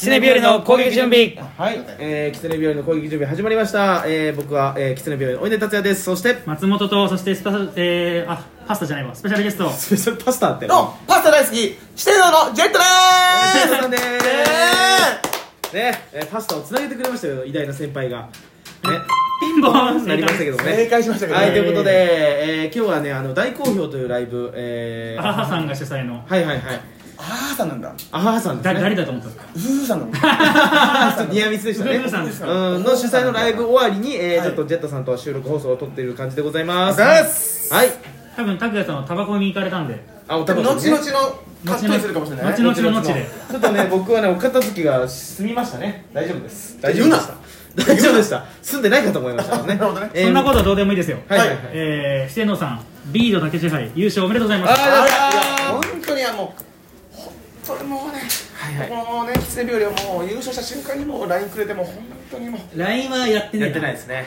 キツネ日和の攻撃準備。 はい、キツネ日和の攻撃準備始まりました。僕は、キツネ日和のおいで達也です。そして松本と、そしてパスタじゃないわ、スペシャルゲストスペシャルパスタってのパスタ大好きシテドのジェットでジェットさんでーすね、パスタをつなげてくれましたよ、偉大な先輩がね、 ピンポーンなりましたけどもね。 正解しましたけどね。 はい、ということで、今日はね、大好評というライブ、 アハハさんが主催の。 はいはいはい、 アハさんなんだ。 アハハさんですね。 誰だと思ったんですか。 ウフさんなんだ。 ちょっとニアミスでしたね。 ウフさんですの主催のライブ終わりに、ちょっとジェットさんと収録放送を撮っている感じでございます。はい。 多分拓也さんはタバコに行かれたんで。 あ、おタバコ後々のカットにするかもしれない。 後々の後で。 ちょっとね、僕はね、お片付けが済みましたね。大丈夫です。大丈夫でした。大丈夫でした。住んでないかと思いましたね。 そんなことはどうでもいいですよ。 はいはいはい。 四天王さん、ビード竹支配優勝おめでとうございます。 本当にもうね、キツネ日和はもう優勝した瞬間にもう LINE くれても本当にもう LINE はやってないですね。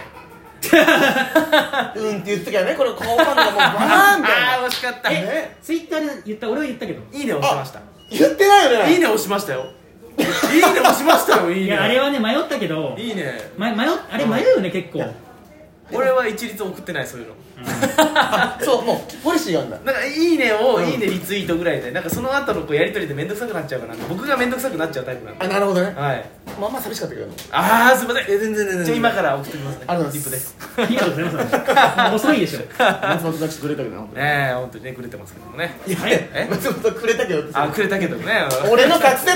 うんって言ったきゃね、これ顔ファンがもうバーンみたいな。 惜しかったね。 ツイッターで言った、俺は言ったけど。 いいね押しました。 言ってないよね。 いいね押しましたよ。いいね押しましたよ。いいね。 いや、あれはね、迷ったけど。 いいね。 あれ迷うよね、結構。 俺は一律送ってない、そういうの。 そう、もうポリシーがあるんだ。 なんかいいねをいいねリツイートぐらいで、なんかその後のこうやり取りで面倒くさくなっちゃうから、僕が面倒くさくなっちゃうタイプなんで。 あ、なるほどね。 はい。 まあまあ寂しかったけど。 ああ、すみません。 全然今から送ってきますね。 ありがとうございます。 リップです。 ありがとうございます。遅いでしょ。 松本たちくれたけどな。 ねえ、本当にね、くれてますけどもね。 いや、松本くれたけど。 あ、くれたけどね。 俺の滑舌。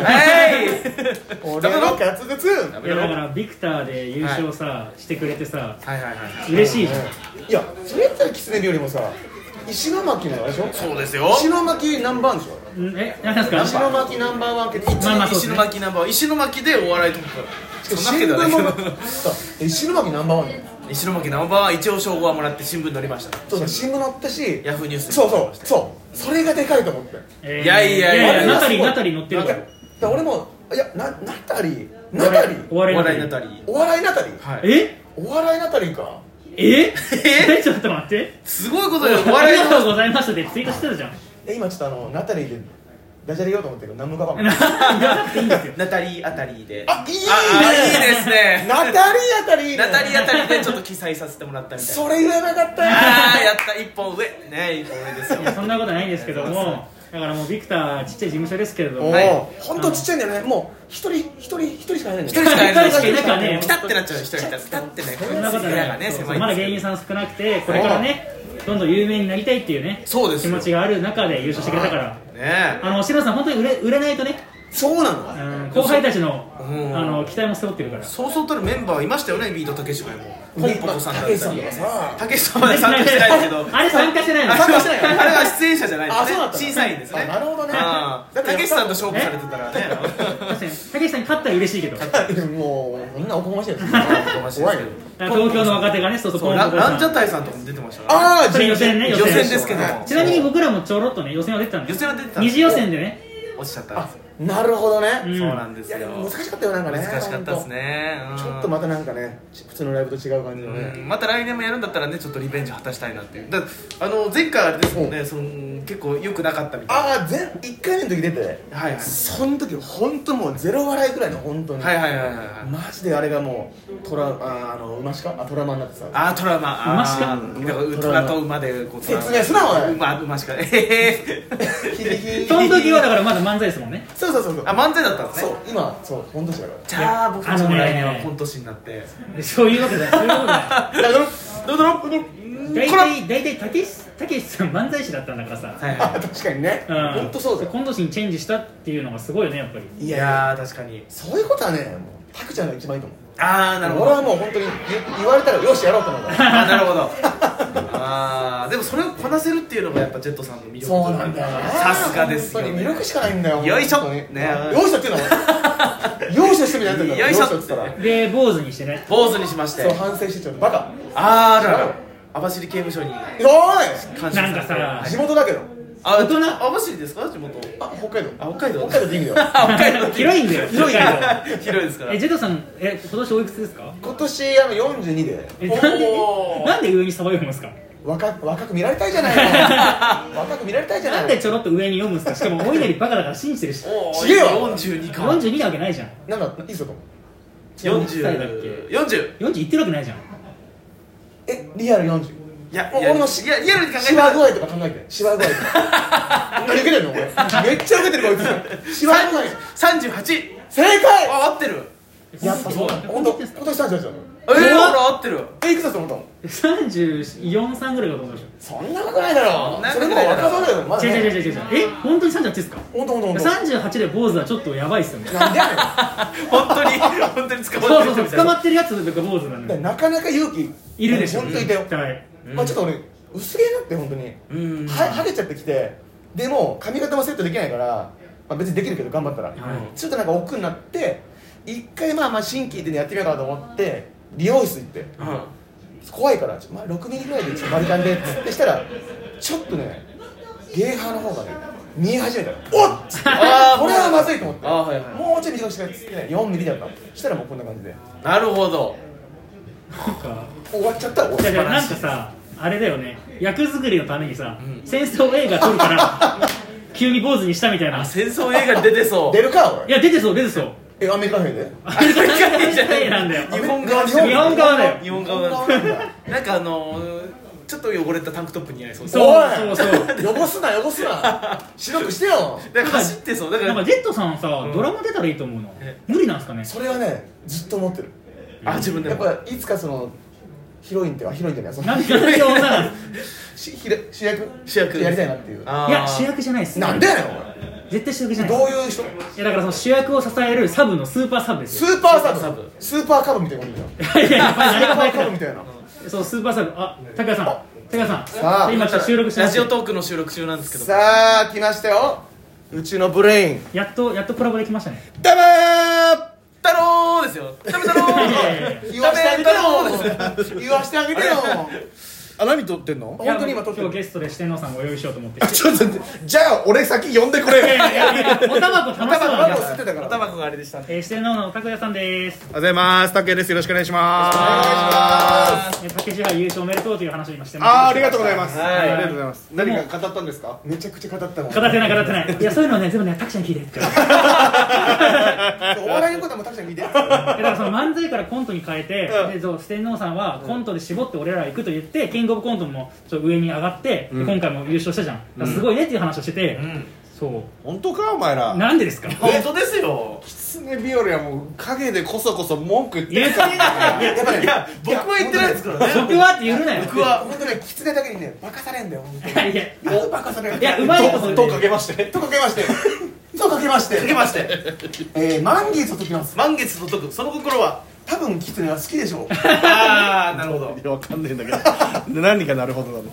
俺の滑舌。 いや、だからビクターで優勝さしてくれてさ、 はいはいはい。 嬉しいじゃん。 いや、それやったらキツネ日和もさ、石巻のあれでしょ。 そうですよ。 石巻ナンバーワンでしょ。 何ですか。 石巻ナンバーワンって石巻ナンバーワン、石巻でお笑いとか。そんなわけではないけど。 石巻ナンバーワンだよ。 石巻ナンバーワン、一応称号はもらって新聞載りました。 そう、新聞載ったし、 ヤフーニュース。 そうそれがでかいと思って。 いやナタリー乗ってるから。 俺もいや、ナタリーお笑いナタリー。 お笑いナタリー。お笑いナタリーか。 ちょっと待って。 すごいことよ。 ありがとうございましたってツイートしてたじゃん。 今ちょっとナタリーでダジャレ言おうと思ってるけど何もかかんない。 ナタリーあたりで。 あ、いいね。 いいですね。 ナタリーあたり。 ナタリーあたりでちょっと記載させてもらったみたいな。 それ言えなかった。 やった一本上ね、一本上ですよ。 そんなことないんですけども、だからもうビクターちっちゃい事務所ですけれども、 本当ちっちゃいんだよね。もう一人しかいないんだよ。 一人しかいないね。 ピタってなっちゃう。一人ピタってね。 そんなことない。まだ芸人さん少なくて、これからねどんどん有名になりたいっていうね気持ちがある中で優勝してくれたから、シロさん本当に売れないとね。 そうなの。 後輩たちの期待も背負ってるから。 そうそうたるメンバーいましたよね。ビートたけしがもポンポコさんだったり。たけしさんまで参加してないですけど。 あれ参加してないの。 あれは出演者じゃないですね。審査員ですね。 なるほどね。 たけしさんと勝負されてたらね。 確かにたけしさんに勝ったら嬉しいけど。 もうみんなおこがましいです。 怖いよ。 東京の若手がね、そうそう。 ランジャタイさんとかも出てましたから。 それ予選ね。 予選ですけど。 ちなみに僕らもちょろっとね予選は出てたんです。 予選は出てた。 二次予選でね落ちちゃったんです。 なるほどね。 そうなんですよ。 難しかったよ、なんかね。 難しかったですね。 ちょっとまたなんかね、普通のライブと違う感じのね。 また来年もやるんだったらね、ちょっとリベンジ果たしたいなっていう。前回あれですもんね、結構良くなかったみたいな。 1回目の時出て、その時本当もうゼロ笑いぐらいの本当に。マジであれがもうトラマになってさ。 トラマ。 馬しか。 トラと馬でこう。 説明すなおい。 馬しか。 その時はだからまだ漫才ですもんね。 そう。 漫才だったんですね。 そう、今そうコント師だから。 じゃあ僕たちも来年はコント師になって。 そういうわけだよ。そういうわけだよ。 どうぞ。 大体たけしさん漫才師だったんだからさ。 確かにね。本当そうだよ。 コント師にチェンジしたっていうのがすごいよね、やっぱり。 いや確かに。 そういうことはね、もうタクちゃんが一番いいと思う。 なるほど。 俺はもう本当に言われたらよしやろうと思うから。 なるほど。でもそれをこなせるっていうのがやっぱジェットさんの魅力。 そうなんだよね。 さすがですよ。 魅力しかないんだよ。 よいしょ。 よいしょっていうのは。よいしょしてみたいな。 よいしょって言ったら。 で坊主にしてね。 坊主にしまして。 そう反省してちょっとバカ。 網走刑務所に。 おい。 なんかさ地元だけど。 大人。 網走ですか地元。 北海道。 北海道でいいんだよ。 北海道広いんだよ。 広いですから。 ジェットさん今年おいくつですか？ 今年42で。 なんで上にサバ読むんですか？ 若く見られたいじゃないの若く見られたいじゃないなんでちょろっと上に読むんですか。しかもお稲荷バカだから信じてるし。 ちげえわ。 42か。 42なわけないじゃん。 なんだいいっすよ。 40歳だっけ。40いってるわけないじゃん。 リアル40。 いや俺のリアルに考えてシワ具合とか考えて。シワ具合とか何受けてんの俺。めっちゃ受けてるこいつ。シワ具合 38。 正解。 あ、合ってる。 やっぱそう。 本当今年38だよ。 ほら合ってる。 いくつだと思ったの 34、3ぐらいだと思いましそんなことないだろ。それも若そうだよ。まだ違う。本当に38ですか。 本当 38で坊主はちょっとやばいっすよね。 なんでやねん。 本当に捕まってる。 そう捕まってるやつが坊主なんで。 なかなか勇気いるでしょ。 本当いたよ。まあちょっと俺薄毛になって本当にハゲちゃってきて、でも髪型もセットできないから、別にできるけど頑張ったらちょっとなんか億劫になって、一回まあ新規でやってみようかなと思って理容室行って、怖いから6ミリぐらいでバリカンでつってしたら、ちょっとねゲーハーの方がね見え始めた。おっこれはまずいと思って、もうちょい短くしてくれっつってね、4ミリだったの。したらもうこんな感じで。 なるほど。 終わっちゃった。 なんかさ、あれだよね、役作りのためにさ、戦争映画撮るから急に坊主にしたみたいな。 戦争映画に出てそう。 出るか俺。 いや出てそう。 アメリカ兵で。 アメリカ兵じゃないなんだよ。 日本側だよ。 日本側なんかちょっと汚れたタンクトップに合いそう。 そう汚すな白くしてよ。 走ってそう。だからなんかジェットさんさ、ドラマ出たらいいと思うの。無理なんですかね。 それはねずっと思ってる。 自分でもやっぱいつかそのヒロインっていうかそのなんで女なの。 主役やりたいなっていう。 いや主役じゃないっす。 なんでやねんお前。 絶対主役じゃない。 どういう人？ いやだからその主役を支えるサブのスーパーサブですよ。 スーパーカブみたいなことじゃん。 いやスーパーカブみたいな。 そうスーパーサブ。あ、高谷さん今収録してます。 ラジオトークの収録中なんですけど。 さあ来ましたよ、うちのブレイン。 やっとコラボできましたね。 ダメー太郎ですよ。ダメ太郎。 言わしてあげてよ。言わしてあげてよ。何撮ってんの？本当に今撮ってる。 今日ゲストで四天王さんをお呼びしようと思って。 ちょっとじゃあ俺先呼んでくれ。 いやおたばこ楽しそうなん吸ってたから。 おたばこがあれでした。 四天王の拓也さんです。 おはようございます。拓也です。よろしくお願いします。 竹地杯優勝おめでとうという話を今してます。 ありがとうございます。ありがとうございます。何か語ったんですか？ めちゃくちゃ語ったもん。 語ってない。いやそういうのね全部ねタクちゃんに聞いて。 お笑いのことはもうタクちゃんに聞いて。 だからその漫才からコントに変えて、で四天王さんはコントで絞って俺ら行くと言ってキングオブコントもちょっと上に上がって、今回も優勝したじゃん。だからすごいねっていう話をしてて、そう本当かお前ら。 なんでですか？ 本当ですよ。 キツネ日和はもう陰でこそこそ文句言って言ってない。 やっぱね、 僕は言ってないですからね。 僕はって言うなよ。 僕は本当ねキツネだけにねバカされんだよ。本当に。 いやバカされん。 いやうまいこととかけましてとかけまして満月を解きます。 満月と解くその心は多分キツネは好きでしょう。 ああなるほど。 いやわかんねえんだけど何かなるほどだね。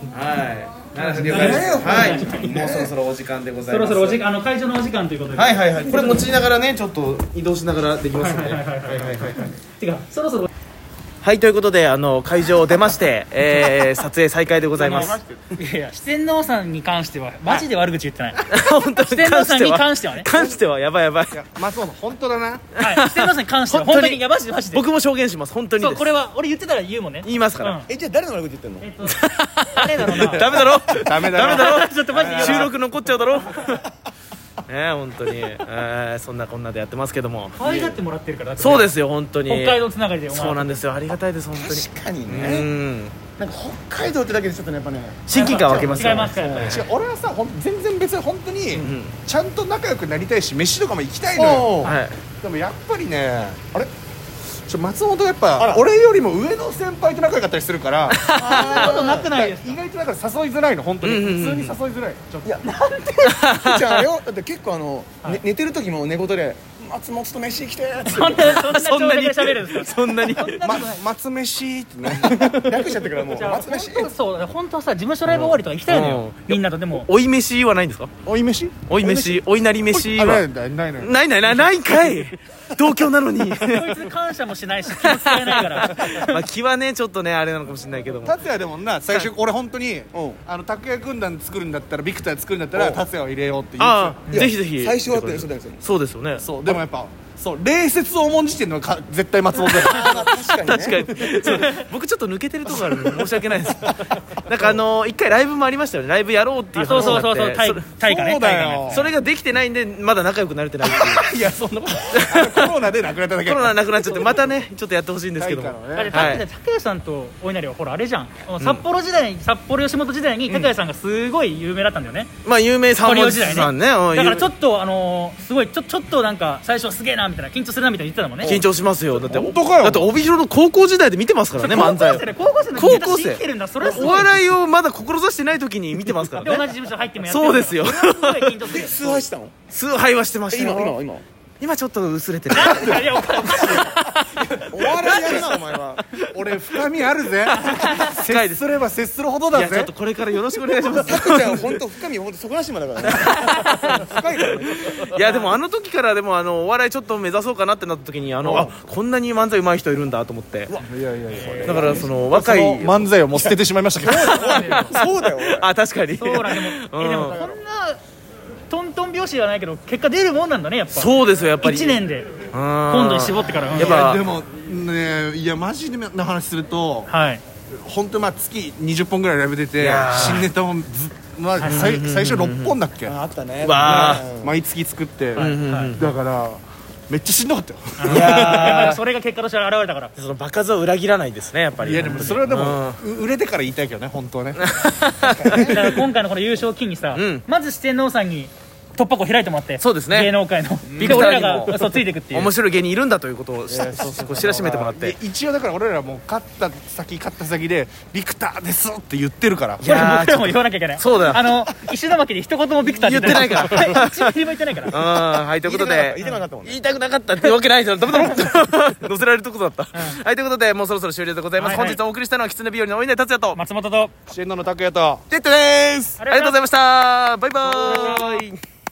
はいもうそろそろお時間でございます。 そろそろお時間会場のお時間ということで。 はいこれ持ちながらねちょっと移動しながらできますね。 てかそろそろはいということで会場を出まして撮影再開でございます。 いや四天王さんに関してはマジで悪口言ってない。 本当に四天王さんに関してはね。 関してはやばい。 松本本当だな。 はい四天王さんに関しては本当にいやマジで。 僕も証言します本当にです。 そうこれは俺言ってたら言うもんね。 言いますから。 じゃあ誰の悪口言ってんの？ 誰だろうな。 ダメだろ。 ダメだろ。 ちょっとマジで収録残っちゃうだろ。ね本当にそんなこんなでやってますけども。 可愛がってもらってるから。 そうですよ本当に。 北海道つながりで。 そうなんですよありがたいです本当に。 確かにね。なんか北海道ってだけでちょっとねやっぱね親近感湧けますよ。 違いますからやっぱり。 俺はさ全然別に本当にちゃんと仲良くなりたいし飯とかも行きたいのよ。でもやっぱりねあれ松本がやっぱ俺よりも上の先輩と仲良かったりするからそんなことなくないですか？ 意外とだから誘いづらいの本当に普通に誘いづらい。 いやなんでじゃああれよだって結構寝てる時も寝言で松本と飯来てってそんな長尺で喋るんですか？ そんなに松飯ってね略しちゃったからもう松飯。 そう本当はさ事務所ライブ終わりとか行きたいのよみんなと。でも追い飯はないんですか？ 追い飯追いなり飯はないかい。同郷なのに。 こいつ感謝もしないし気も使えないから。 まあ気はねちょっとねあれなのかもしれないけども。 達也でもな最初俺本当に拓也軍団作るんだったらビクター作るんだったら達也を入れようって言うんですよ。 ぜひ最初はってそうだよ。 そうですよね。 そうでもやっぱそう礼節を重んじてるのは絶対松本だよ確かにねそう僕ちょっと抜けてるとこあるんで申し訳ないですなんか一回ライブもありましたよね。ライブやろうっていう話があって、 大会ね。 そうだよそれができてないんでまだ仲良くなれてないっていういやそんなことコロナで亡くなっただけコロナなくなっちゃってまたねちょっとやってほしいんですけども、 だって竹谷さんとお稲荷はほらあれじゃん、札幌吉本時代に竹谷さんがすごい有名だったんだよね。 まあ有名さんもさんね、だからちょっとすごいちょっとなんか最初すげえなみたいな緊張するなみたいな言ってたもんね。 緊張しますよ。だって本当かよ。 だって帯広の高校時代で見てますからね漫才。 高校生のネタ知ってるんだ。それはすごい。 お笑いをまだ志してない時に見てますからね。 で同じ事務所入ってもやってる。 そうですよ。 崇拝したの？ 崇拝はしてましたよ。今ちょっと薄れてる。 いやおかしいお笑いやるなお前は。 俺深みあるぜ接すれば接するほどだぜ。 いやちょっとこれからよろしくお願いします。 タクちゃんは本当深み本当底なしまだからね深いからね。 いやでもあの時からでもお笑いちょっと目指そうかなってなった時にこんなに漫才上手い人いるんだと思って。 いやだからその若い漫才をもう捨ててしまいましたけどそうだよあ確かにそうだでもこんなトントン拍子じゃないけど結果出るもんなんだねやっぱ。 そうですよやっぱり 1年で今度に絞ってからやっぱでもねいやマジな話するとはい本当まあ月20本ぐらいライブ出て新ネタも最初6本だっけあったねわ毎月作ってだはいからめっちゃしんどかったよいやそれが結果として現れたから。 その場数を裏切らないですねやっぱり。 いやでもそれはでも売れてから言いたいけどね本当はねだから今回のこの優勝を機にさ、まず四天王さんに突破口開いてもらって。 そうですね芸能界のビクターにも俺らがそうついていくっていう面白い芸人いるんだということを知らしめてもらって一応だから俺らもう勝った先でビクターですって言ってるからこれ僕らも言わなきゃいけない。 そうだ石巻で一言もビクターって言ってないから 1ミリも言ってないからはいということで言いたくなかったもんね。 言いたくなかったってわけないですよ。乗せられるとこだったはいということでもうそろそろ終了でございます。本日お送りしたのは狐日和のお稲荷達也と松本とシェンノの拓也とテッドです。ありがとうございました。バイバーイ。